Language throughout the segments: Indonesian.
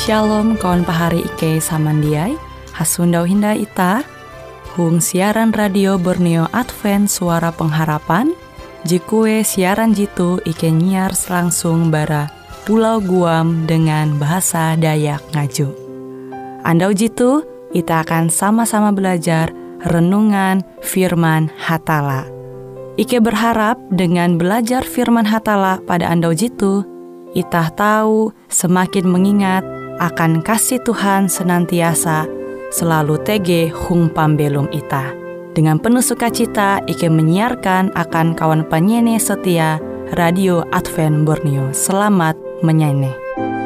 Shalom kawan pahari Ike samandiai, hasundau hinda ita, hung siaran radio Borneo Advent Suara Pengharapan, jikue siaran jitu Ike nyiar langsung bara Pulau Guam dengan bahasa Dayak Ngaju. Andau jitu, kita akan sama-sama belajar renungan firman Hatala. Ike berharap dengan belajar firman Hatala pada andau jitu, kita tahu semakin mengingat akan kasih Tuhan senantiasa selalu tege hung pambelum ita. Dengan penuh sukacita, Ike menyiarkan akan kawan penyanyi setia Radio Advent Borneo. Selamat menyanyi.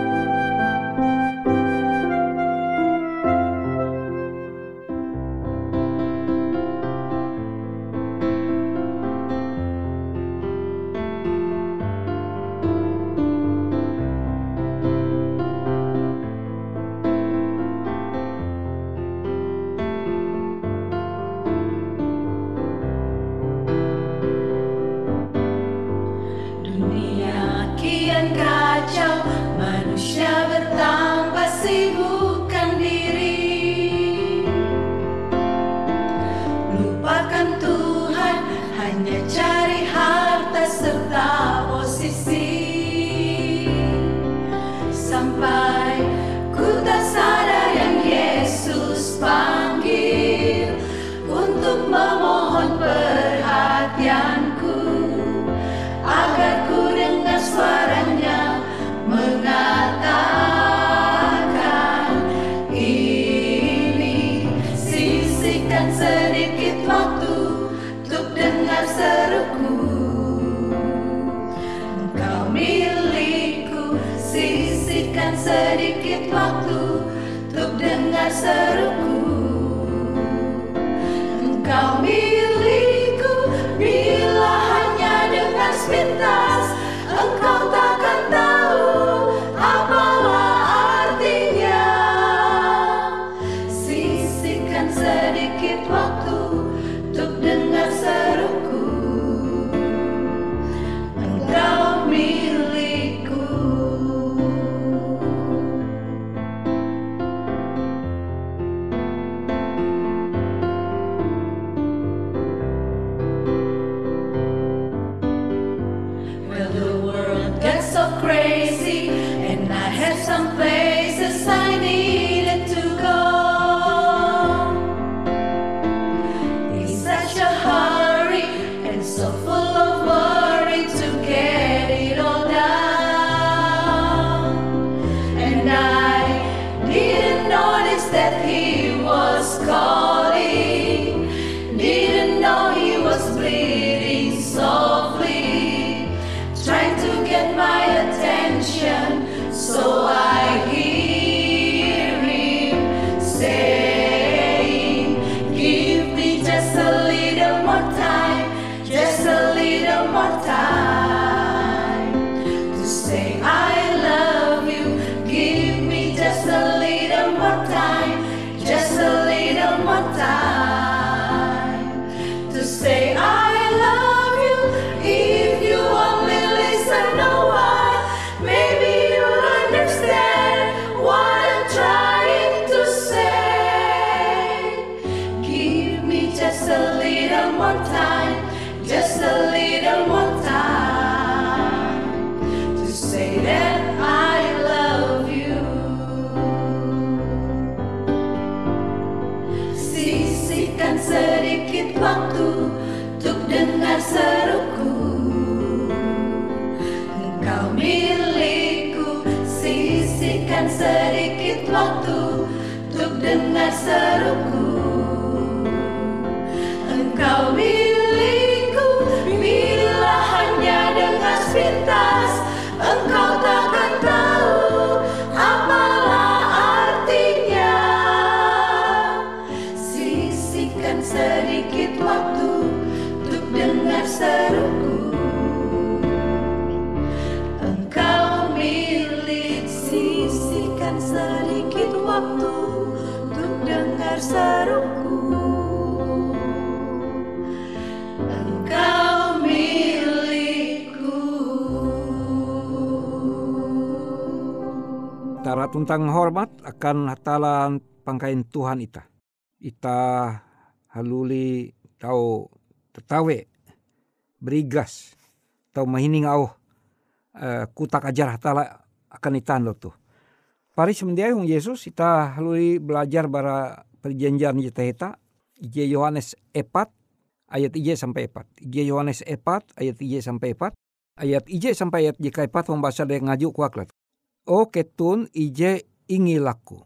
Sedikit waktu untuk dengar seruku. Engkau milikku bila hanya dengan sepintas. Engkau takkan tahu apalah artinya. Sisihkan sedikit waktu untuk dengar seruku. Engkau milikku. Crazy, and I had some places I needed to go. In such a hurry and so full of worry to get it all done, and I didn't notice that he was calling, didn't know he was bleeding softly, trying to get my attention, so I hear him saying, give me just a little more time, just a little more time to say I love you. Give me just a little more time, just a little more time to say I love you. If you only listen a while, maybe you'll understand what I'm trying to say. Give me just a little more time, just a little more time to say that I love you. Sisihkan sedikit waktu untuk dengar seruku. Engkau milikku, sisihkan sedikit waktu untuk dengar seruku. Engkau milikku bila hanya dengan sepintas. Engkau takkan tahu apalah artinya. Sisihkan sedikit waktu untuk dengar seruku. Engkau milik, sisihkan sedikit waktu untuk dengar seruku. Engkau milikku. Para tuntang hormat akan hatalan pangkain Tuhan ita. Ita haluli tau tetawe berigas tau mahining au kutak ajar hatala akan itando tu. Pari semendiai Yesus ita haluli belajar bara perjanjian jeta Ije Yohanes 4 ayat 1 sampai 4. Ije Yohanes 4 ayat 1 sampai 4. Ayat 1 sampai ayat 4 membahas ada ngaju kuaklat. O ketun ije ingi laku.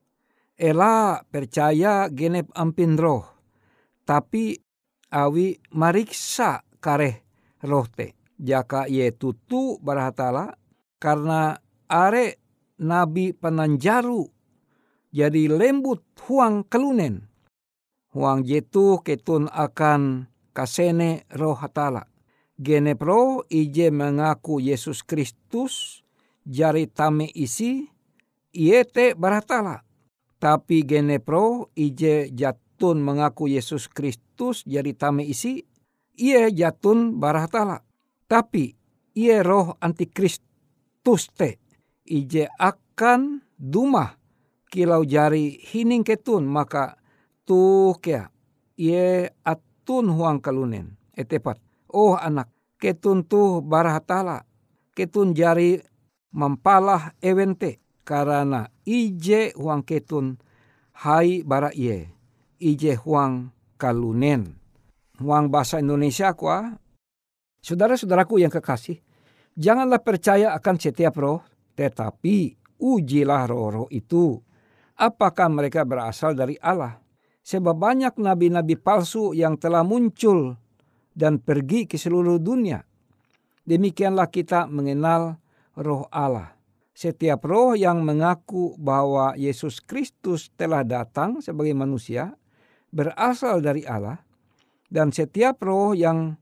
Ela percaya genep ampin roh. Tapi awi mariksa kareh roh te. Jaka ye tutu barahatala karena are nabi penanjaru jadi lembut huang kelunen. Huang jetu ketun akan kasene roh hatala. Genep roh ije mengaku Yesus Kristus jari tame isi iete barahatala. Tapi genepro ije jatun mengaku Yesus Kristus jari tame isi ie jatun barahatala. Tapi ie roh antikristus te ije akan dumah kilau jari hining ketun maka tu kea ie atun huang kalunen etepat. Oh anak ketun tu barahatala ketun jari mampalah ewente karena ije huang ketun hai bara ie ije huang kalunen. Huang bahasa Indonesia kuah. Saudara-saudaraku yang kekasih, janganlah percaya akan setiap roh, tetapi ujilah roh-roh itu apakah mereka berasal dari Allah. Sebab banyak nabi-nabi palsu yang telah muncul dan pergi ke seluruh dunia. Demikianlah kita mengenal roh Allah. Setiap roh yang mengaku bahwa Yesus Kristus telah datang sebagai manusia berasal dari Allah. Dan setiap roh yang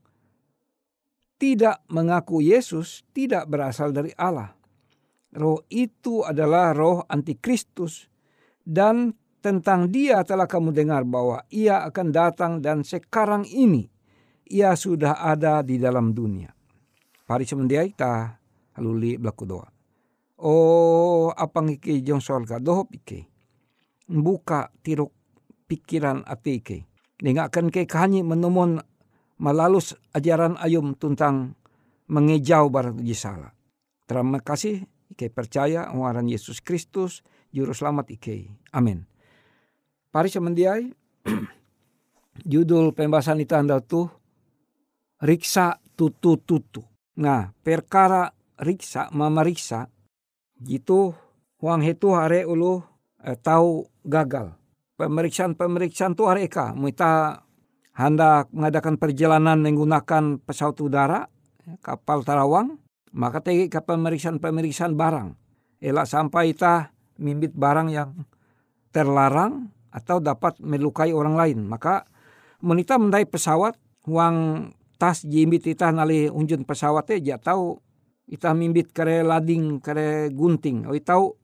tidak mengaku Yesus tidak berasal dari Allah. Roh itu adalah roh antikristus. Dan tentang dia telah kamu dengar bahwa ia akan datang dan sekarang ini ia sudah ada di dalam dunia. Pari semendiai ta haluli belaku doa. Oh apang ike jong sorga dohop ike. Buka tiruk pikiran ati ike. Dengakan ke kahani menemon malalus ajaran ayum tentang mengejau barat jisala. Terima kasih ike percaya ngaran Yesus Kristus juru selamat ike. Amin. Pari semendiai judul pembahasan itu anda tuh riksa tutu. Nah perkara riksa mamariksa gitu huang itu hare ulu tahu gagal. Pemeriksaan tu hari eka. Muita hendak mengadakan perjalanan menggunakan pesawat udara, kapal tarawang. Maka tegi ke pemeriksaan barang. Elak sampai ita mimbit barang yang terlarang atau dapat melukai orang lain. Maka menita mendai pesawat, huang tas jimbit ita nali unjun pesawat ja tahu ita mimbit kare lading kare gunting. O tahu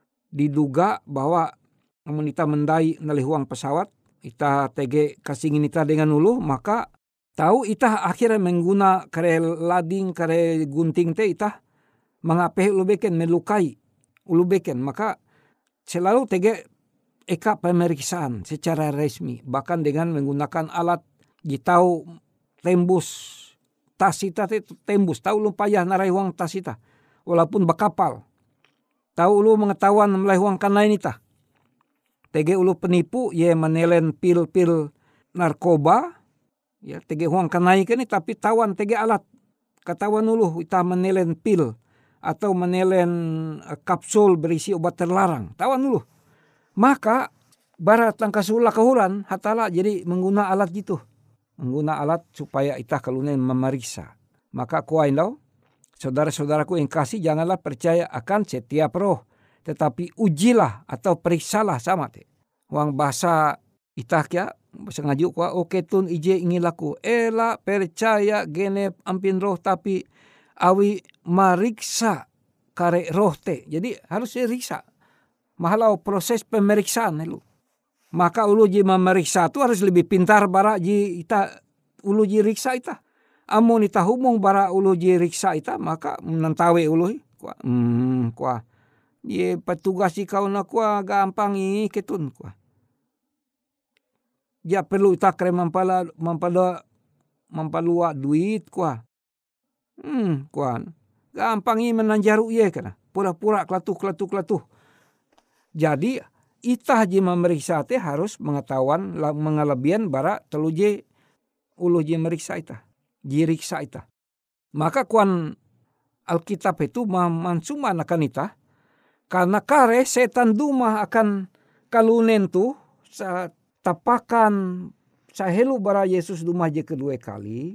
diduga bahwa menita mendai nali huang pesawat ita tege kasingin ita dengan ulu maka tahu ita akhirnya mengguna kare lading kare gunting te ita mengape ulu beken melukai ulu beken maka selalu tege eka pemeriksaan secara resmi bahkan dengan menggunakan alat jitau tembus tas ita tembus tahu lu payah narai huang tas ita walaupun bakapal tahu lu mengetahuan mulai huang kanain ita tege ulu penipu ye menelen pil-pil narkoba ya tege huang kanai kene tapi tawan tege alat katawan ulu ita menelen pil atau menelen kapsul berisi obat terlarang tawan ulu maka barat langkah sula kahuran hatala jadi mengguna alat gitu mengguna alat supaya ita kalunen memeriksa maka kuain lau saudara-saudaraku yang kasih janganlah percaya akan setiap roh tetapi ujilah atau periksalah sama te. Wang bahasa itak ya, bahasa ngajuk wa oke tun ije ingin laku. Ela percaya genep ampin roh tapi awi mariksa kare roh te. Jadi harus diriksa. Mahalau proses pemeriksaan lu. Maka ulu ji memeriksa tu harus lebih pintar bara ji ita ulu ji riksa ita. Amun ita humung bara ulu ji riksa ita maka menentawe ulu. Kuah Ye patugasi kau na kuah gampang ketun kuah. Ya perlu takre mampalua duit kuah. Kuah. Gampang menanjaru ye kana. Pura-pura kelatuh. Jadi itah je memeriksa te harus mengetahuan mengelebihan bara telu je ulu je meriksa itah. Jiriksa itah. Maka kuan Alkitab itu mansuman akan itah. Karena kare setan duma akan kalunen tu sa tapakan sahelu bara Yesus duma je kedua kali.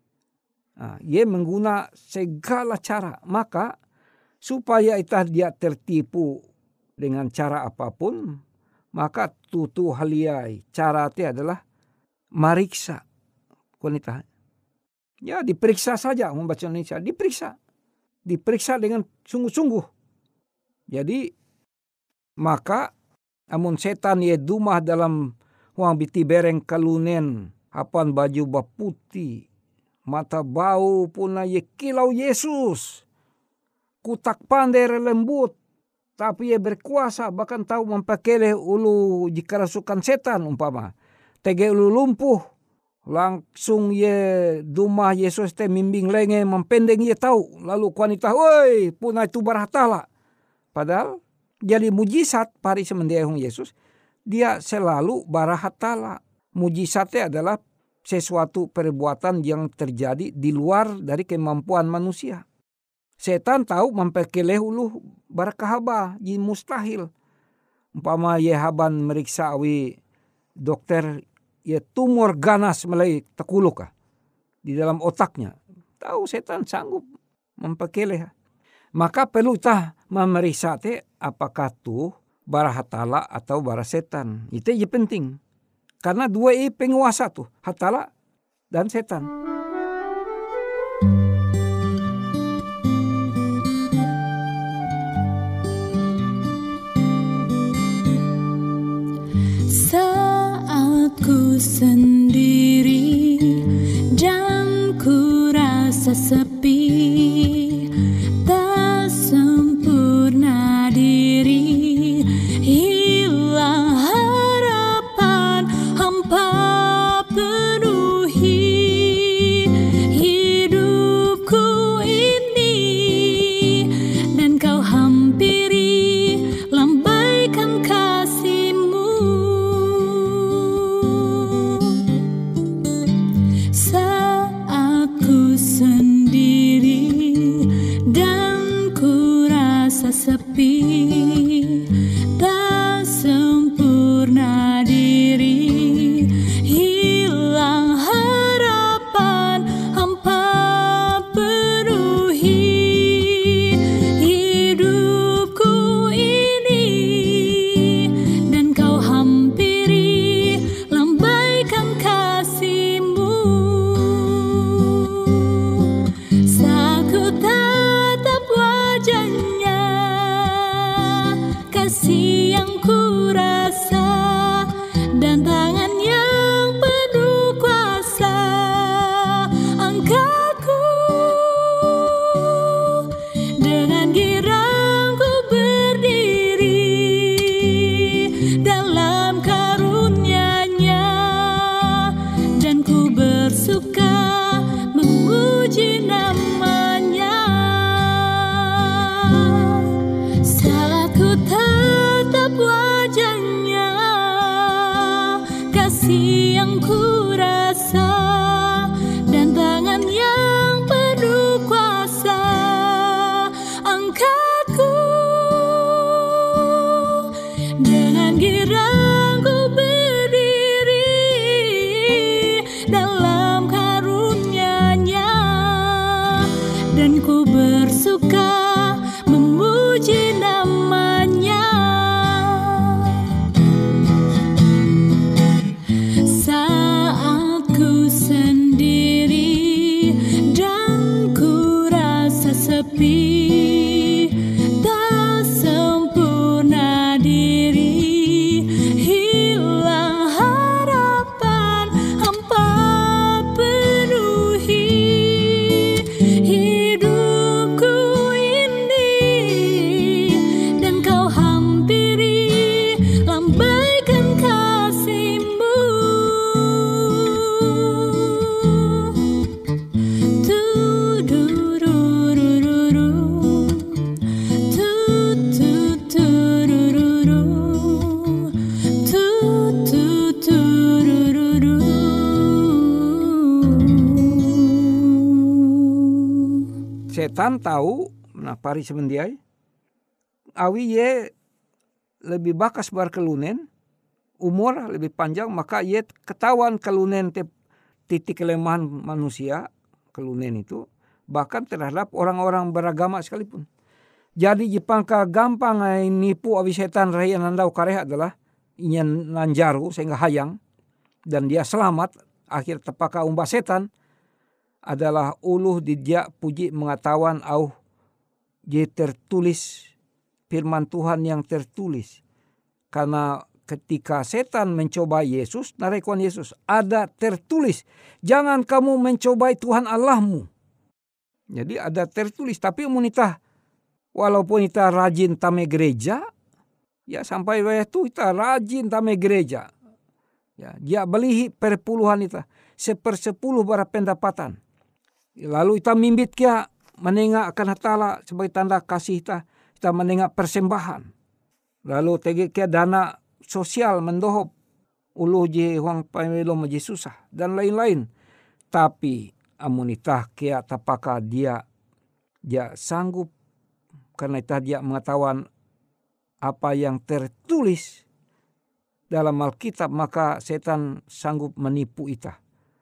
Ye mengguna segala cara. Maka supaya itah dia tertipu dengan cara apapun, maka tutu haliai cara itu adalah mariksa. Wanita. Ya diperiksa saja membaca Indonesia. Diperiksa dengan sungguh-sungguh. Jadi maka amun setan ye dumah dalam huang biti bereng kalunen hapan baju baputi mata bau puna ye kilau Yesus. Kutak pandai lembut, tapi ia berkuasa bahkan tahu mempakele ulu jika rasukan setan umpama. Tege ulu lumpuh, langsung ye dumah Yesus te mimbing lenge mempendeng ye tahu. Lalu kuanita, woi puna itu barahatala. Padahal jadi mujizat pari semendiahung Yesus, dia selalu barahatala. Mujizatnya adalah sesuatu perbuatan yang terjadi di luar dari kemampuan manusia. Setan tahu memperkeleh ulu barakahaba ji mustahil. Umpama ye haban meriksa awi dokter ye tumor ganas mulai tekuluk di dalam otaknya. Tahu setan sanggup memperkeleh. Maka perlu tah memeriksa te apakah tuh barahatala atau bara setan. Itu je penting. Karena dua penguasa tuh, hatala dan setan. Ku sendiri dan ku rasa sepi, tak sempurna diri, hilang harapan, hampa penuhi hidupku ini, dan kau hampiri lambaikan kasih-Mu. Sepi, tak sempurna diri, hilang harapan, hampa penuhi hidupku ini, dan kau hampiri lambaikan kasih-Mu. Saat ku tatap wajahnya, kasih yang ku rasa, dan tangan yang penuh kuasa angkatku, dengan girang ku berdiri dalam karunia-Nya, dan ku bersuka memuji nama-Nya. Saat ku tatap wajahnya, kasih yang ku rasa, dan tangan yang penuh kuasa angkatku, dengan girang ku berdiri dalam karunia-Nya, dan ku bersuka memuji nama-Nya. Saat ku sendiri dan ku rasa sepi, tak sempurna diri, hilang harapan, hampa penuhi hidupku ini, dan Setan tahu, nah pari semendiai, awi ye lebih bakas bar kelunen, umur lebih panjang, maka ye ketahuan kelunen titik kelemahan manusia, kelunen itu, bahkan terhadap orang-orang beragama sekalipun. Jadi jepangka gampang nipu awi setan rahian andau kareh adalah inyan nanjaru sehingga hayang, dan dia selamat, akhir tepaka umbah setan, adalah uluh dijak puji mengetahuan au je tertulis firman Tuhan yang tertulis. Karena ketika setan mencoba Yesus, narekuan Yesus, ada tertulis, jangan kamu mencobai Tuhan Allahmu. Jadi ada tertulis, tapi umunita walaupun kita rajin tame gereja, ya sampai waktu kita rajin tame gereja, ya dia belihi perpuluhan kita, 1/10 bara pendapatan. Lalu kita mimbit kia menengah akan hatala sebagai tanda kasih kita menengah persembahan. Lalu tege kia dana sosial mendohop ulu je huang pamelo maji susah dan lain-lain. Tapi amunitah kia tapaka dia sanggup karena dia mengetahuan apa yang tertulis dalam Alkitab, maka setan sanggup menipu ita.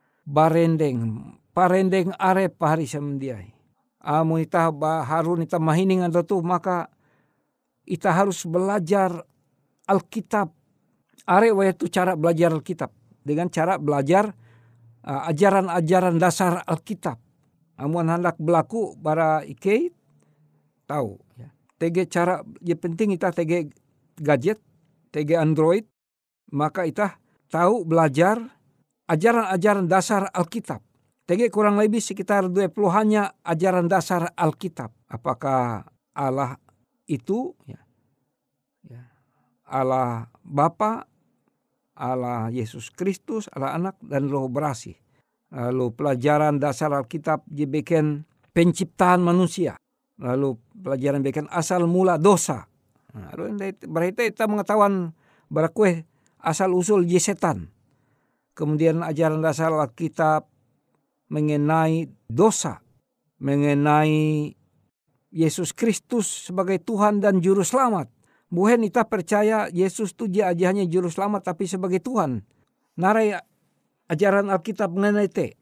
Parendeng are pahari semendiai. Amun ita harun ita mahining tu, maka ita harus belajar Alkitab. Are wayatu cara belajar Alkitab dengan cara belajar ajaran-ajaran dasar Alkitab. Amun hendak berlaku bara ike tahu. Tege cara yang penting ita tege gadget, tege Android, maka ita tahu belajar ajaran-ajaran dasar Alkitab. Tege kurang lebih sekitar 20-annya ajaran dasar Alkitab. Apakah Allah itu Allah Bapa, Allah Yesus Kristus, Allah Anak dan Roh Berasih. Lalu pelajaran dasar Alkitab dibikin penciptaan manusia. Lalu pelajaran bikin asal mula dosa. Berarti kita mengetahuan berakue asal usul setan. Kemudian ajaran dasar Alkitab mengenai dosa, mengenai Yesus Kristus sebagai Tuhan dan Juru Selamat. Bukan kita percaya Yesus itu dia hanya Juru Selamat tapi sebagai Tuhan. Narai ajaran Alkitab mengenai itu.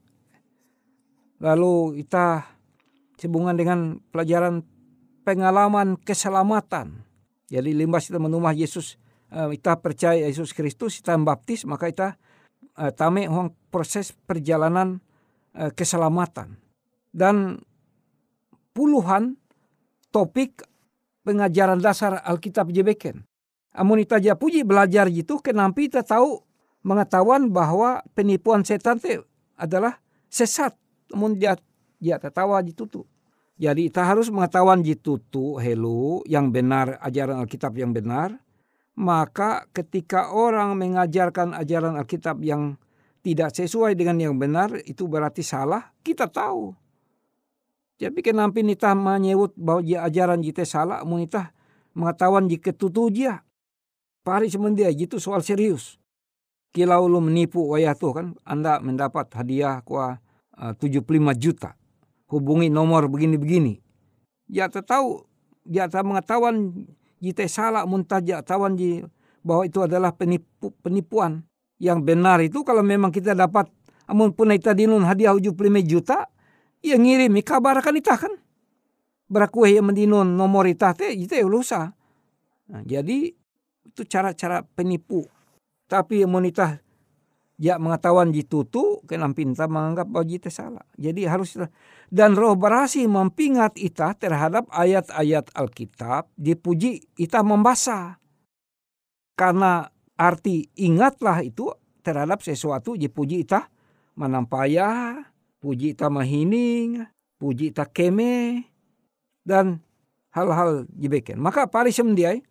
Lalu kita sambungan dengan pelajaran pengalaman keselamatan. Jadi limbas kita menumah Yesus, kita percaya Yesus Kristus, kita baptis, maka kita tame proses perjalanan keselamatan. Dan puluhan topik pengajaran dasar Alkitab jebeken. Amun ita ja puji belajar gitu, kenapa kita tahu mengetahuan bahwa penipuan setan itu adalah sesat. Amun dia tertawa ditutu. Jadi kita harus mengetahuan ditutu helu yang benar, ajaran Alkitab yang benar. Maka ketika orang mengajarkan ajaran Alkitab yang tidak sesuai dengan yang benar, itu berarti salah, kita tahu. Jadi kenapa kita menyebut bahwa dia ajaran kita salah, kita mengetahuan jika tutu dia. Pari semendia gitu soal serius. Kilau lu menipu wayah tuh kan, Anda mendapat hadiah kuah 75 juta. Hubungi nomor begini-begini. Ya tahu, dia tak mengetahuan jika salah, muntah dia tahuan bahwa itu adalah penipuan. Yang benar itu kalau memang kita dapat, amun pun kita dinun hadiah 75 juta, ya ngirimi kabarkan ita kan. Berakuah yang mendinun nomor ita itu lusa. Nah, jadi itu cara-cara penipu. Tapi amun ita ya mengetahuan ditutu, kenapa pinta menganggap bahwa itu salah. Jadi harus, dan Roh Berasih mempingat ita terhadap ayat-ayat Alkitab, dipuji ita membaca. Karena arti ingatlah itu terhadap sesuatu dipuji ita manampaya, puji ita mahining, puji ita keme, dan hal-hal jibeken. Maka pari semendiai,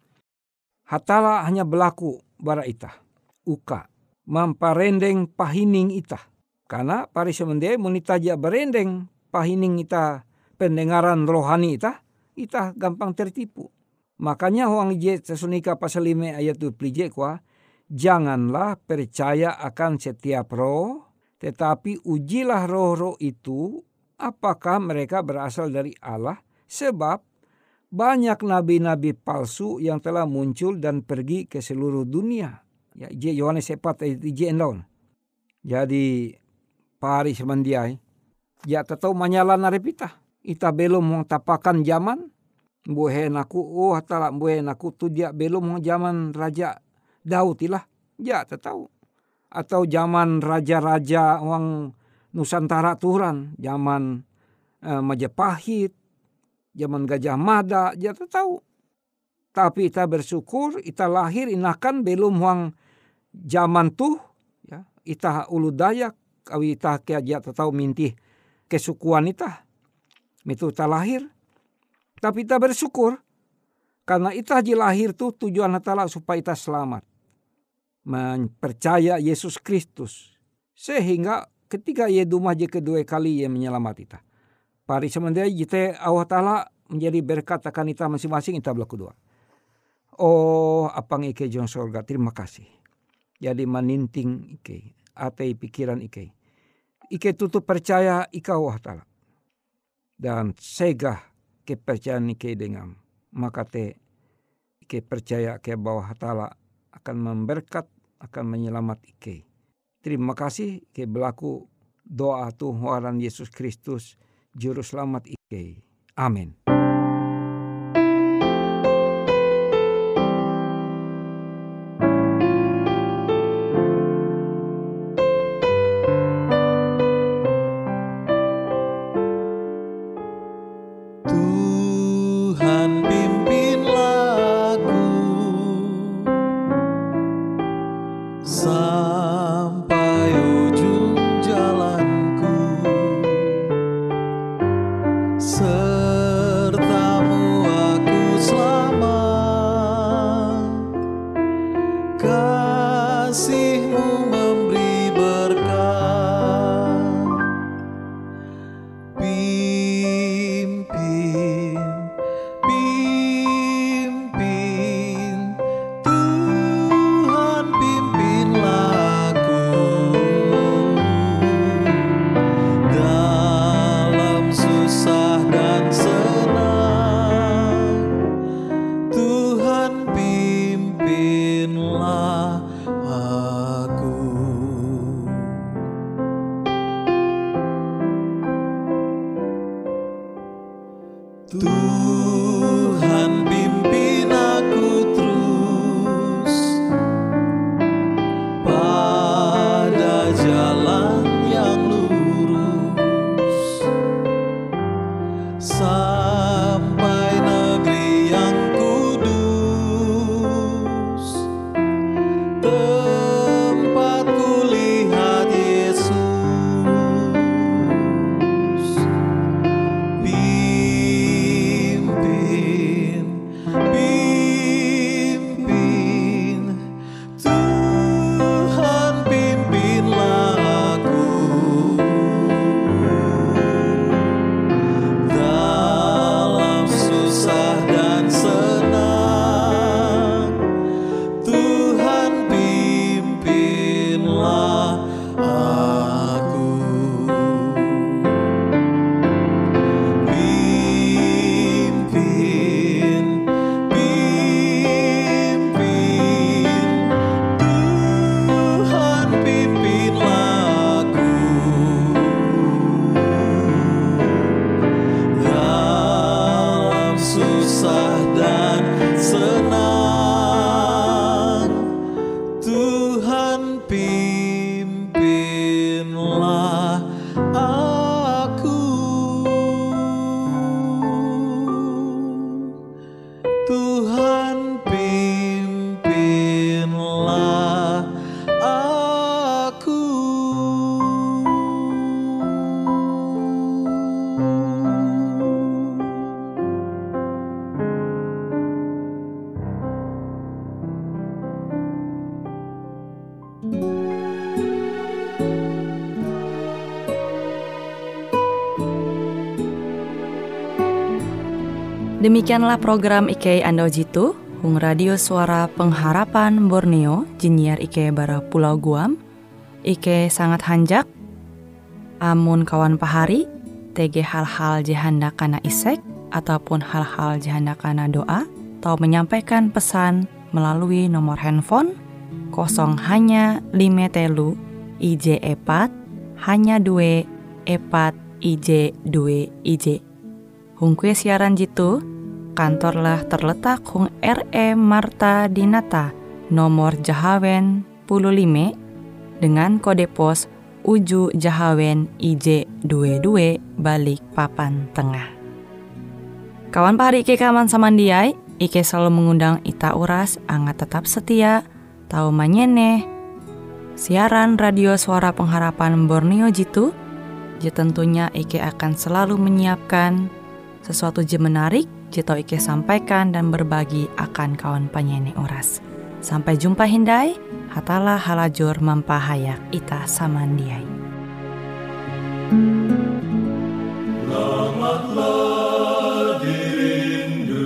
hatala hanya berlaku bara ita, uka, mamparendeng pahining ita. Karena pari semendiai munita ja berendeng pahining ita, pendengaran rohani ita gampang tertipu. Makanya huang je sesunika pasal 5 ayat 20 kuah, janganlah percaya akan setiap roh, Tetapi ujilah roh-roh itu apakah mereka berasal dari Allah, sebab banyak nabi-nabi palsu yang telah muncul dan pergi ke seluruh dunia. Ya, Yohanes 4 ayat 3. Jadi pari semandiai, ya tetau manyalan arepita. Ita belum mengtapakan zaman, buhen aku, hatala buhen aku tu dia belum zaman Raja Daud ilah, ya tetau. Atau zaman raja-raja orang Nusantara turan, zaman Majapahit, zaman Gajah Mada, ya tetau. Tapi ita bersyukur, ita lahir inakan belum wang zaman tuh, ya, ita ulu Dayak, awi ita kia tetau mintih kesukuan ita, itu ita lahir. Tapi ita bersyukur, karena ita haji lahir tuh tujuan hatala supaya ita selamat. Mempercaya Yesus Kristus. Sehingga ketika ia dumah je kedua kali ia menyelamat ita. Pari semendai jite Allah Ta'ala menjadi berkat akan ita masing-masing ita belah kedua. Oh, apang ike jong sorga, terima kasih. Jadi maninting ike, atei pikiran ike. Ike tutup percaya ika Allah Ta'ala. Dan segah kepercayaan ike dengan maka te ike percaya ke bahwa Ta'ala akan memberkat, akan menyelamat ike. Terima kasih ke berlaku doa Tuhan Yesus Kristus, Juru Selamat ike. Amin. Tuhan pimpin aku terus pada jalan yang lurus sampai negeri yang kudus, tempat kulihat Yesus. Demikianlah program IK Ando Jitu, Hung Radio Suara Pengharapan Borneo, Jinier IK Bara Pulau Guam. IK sangat hanjak, Amun kawan pahari, TG hal-hal jihanda kana isek, ataupun hal-hal jihanda kana doa, atau menyampaikan pesan melalui nomor handphone 053 IJ4 hanya 2 4 IJ2 IJ. Hung kue siaran jitu, kantorlah terletak hung RE Marta Dinata, nomor Jahawen 15 dengan kode pos Uju Jahawen IJ22 Balikpapan Tengah. Kawan pahari Ike kaman samandiai, Ike selalu mengundang ita uras angga tetap setia, tahu manyene siaran radio Suara Pengharapan Borneo jitu. Tentunya Ike akan selalu menyiapkan sesuatu je menarik jito Ike sampaikan dan berbagi akan kawan penyanyi uras. Sampai jumpa hindai, hatalah halajur mampahayak ita samandiai. Selamatlah dirindu,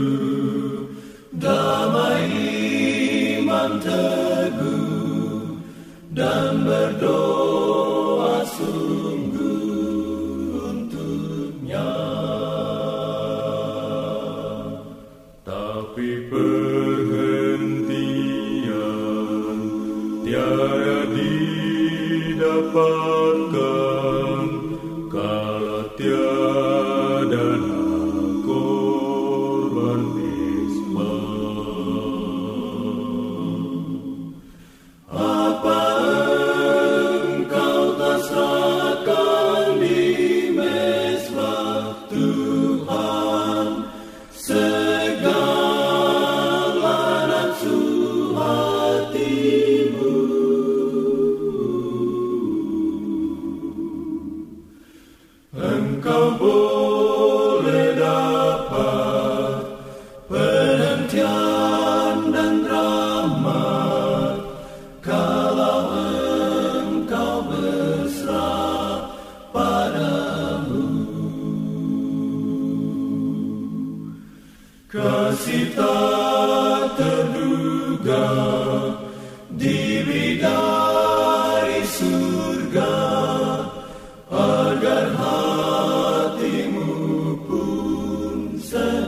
damai iman teguh, dan berdoa sungguh untuknya. Tapi perhentian tiada didapatkan kalau tiada korban Islam. Apa engkau tak serahkan di mezbah Tuhan segala nafsu hatimu? Engkau boleh dapat penantian dan rahmat kalau engkau berserah padamu. Kasih tak terduga diberi dari surga agar hatimu pun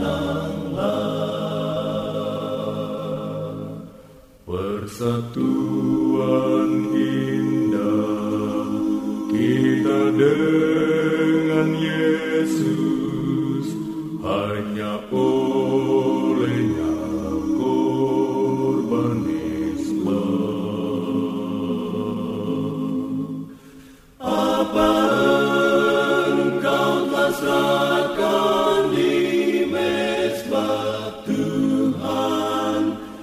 senanglah. Persatuan indah kita dengan Yesus, hanya olehnya korban Islam. Apa engkau telah serahkan di mezbah Tuhan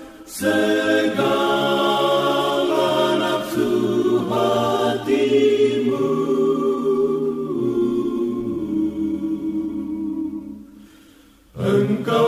segala nafsu hatimu? Engkau